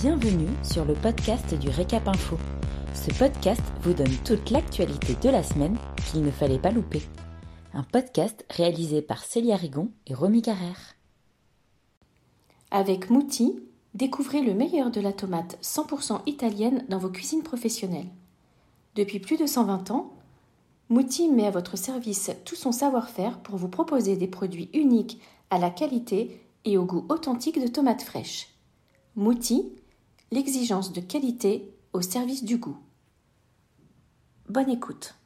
Bienvenue sur le podcast du Récap Info. Ce podcast vous donne toute l'actualité de la semaine qu'il ne fallait pas louper. Un podcast réalisé par Célia Rigon et Romy Carrère. Avec Mutti, découvrez le meilleur de la tomate 100% italienne dans vos cuisines professionnelles. Depuis plus de 120 ans, Mutti met à votre service tout son savoir-faire pour vous proposer des produits uniques à la qualité et au goût authentique de tomates fraîches. Mutti, l'exigence de qualité au service du goût. Bonne écoute.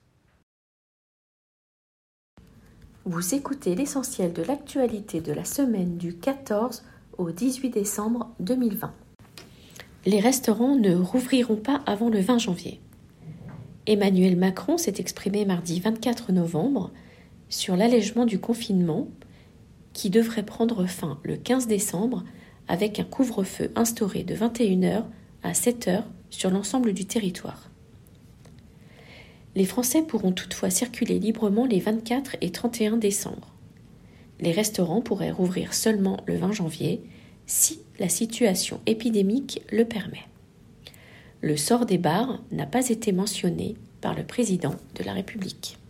Vous écoutez l'essentiel de l'actualité de la semaine du 14 au 18 décembre 2020. Les restaurants ne rouvriront pas avant le 20 janvier. Emmanuel Macron s'est exprimé mardi 24 novembre sur l'allègement du confinement qui devrait prendre fin le 15 décembre avec un couvre-feu instauré de 21h à 7h sur l'ensemble du territoire. Les Français pourront toutefois circuler librement les 24 et 31 décembre. Les restaurants pourraient rouvrir seulement le 20 janvier si la situation épidémique le permet. Le sort des bars n'a pas été mentionné par le président de la République.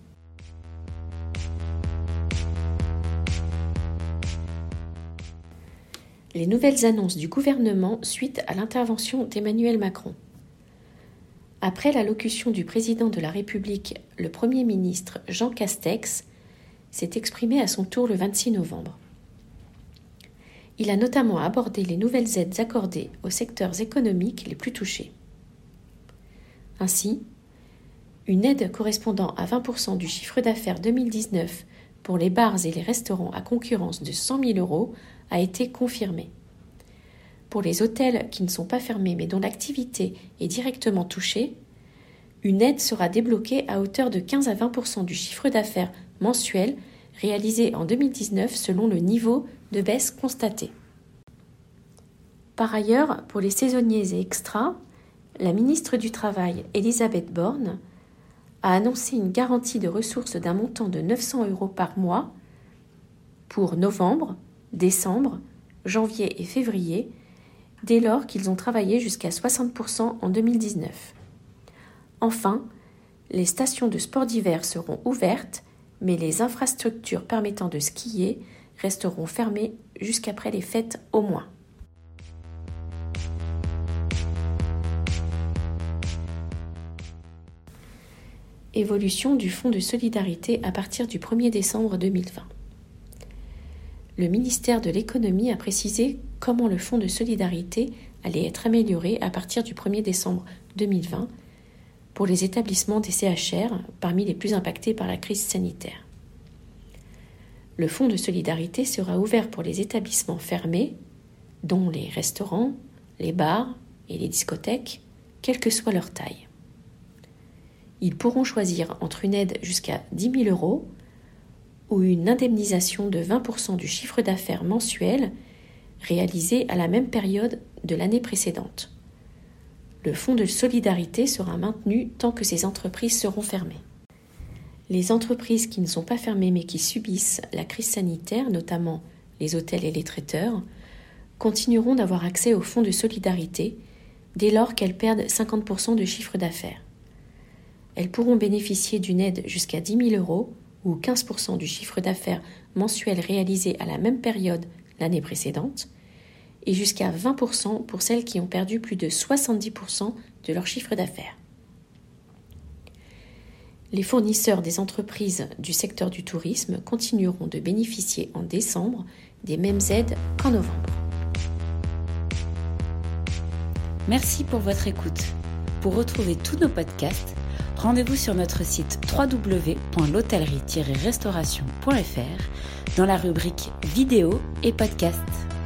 Les nouvelles annonces du gouvernement suite à l'intervention d'Emmanuel Macron. Après l'allocution du président de la République, le Premier ministre Jean Castex s'est exprimé à son tour le 26 novembre. Il a notamment abordé les nouvelles aides accordées aux secteurs économiques les plus touchés. Ainsi, une aide correspondant à 20% du chiffre d'affaires 2019 pour les bars et les restaurants à concurrence de 100 000 € a été confirmée. Pour les hôtels qui ne sont pas fermés mais dont l'activité est directement touchée, une aide sera débloquée à hauteur de 15 à 20% du chiffre d'affaires mensuel réalisé en 2019 selon le niveau de baisse constaté. Par ailleurs, pour les saisonniers et extras, la ministre du Travail, Elisabeth Borne, a annoncé une garantie de ressources d'un montant de 900 € par mois pour novembre, décembre, janvier et février, dès lors qu'ils ont travaillé jusqu'à 60% en 2019. Enfin, les stations de sport d'hiver seront ouvertes, mais les infrastructures permettant de skier resteront fermées jusqu'après les fêtes au moins. Évolution du Fonds de solidarité à partir du 1er décembre 2020. Le ministère de l'Économie a précisé comment le Fonds de solidarité allait être amélioré à partir du 1er décembre 2020 pour les établissements des CHR parmi les plus impactés par la crise sanitaire. Le Fonds de solidarité sera ouvert pour les établissements fermés, dont les restaurants, les bars et les discothèques, quelle que soit leur taille. Ils pourront choisir entre une aide jusqu'à 10 000 € ou une indemnisation de 20% du chiffre d'affaires mensuel réalisé à la même période de l'année précédente. Le fonds de solidarité sera maintenu tant que ces entreprises seront fermées. Les entreprises qui ne sont pas fermées mais qui subissent la crise sanitaire, notamment les hôtels et les traiteurs, continueront d'avoir accès au fonds de solidarité dès lors qu'elles perdent 50% de chiffre d'affaires. Elles pourront bénéficier d'une aide jusqu'à 10 000 € ou 15% du chiffre d'affaires mensuel réalisé à la même période l'année précédente, et jusqu'à 20% pour celles qui ont perdu plus de 70% de leur chiffre d'affaires. Les fournisseurs des entreprises du secteur du tourisme continueront de bénéficier en décembre des mêmes aides qu'en novembre. Merci pour votre écoute. Pour retrouver tous nos podcasts, rendez-vous sur notre site www.l'hôtellerie-restauration.fr dans la rubrique vidéo et podcasts.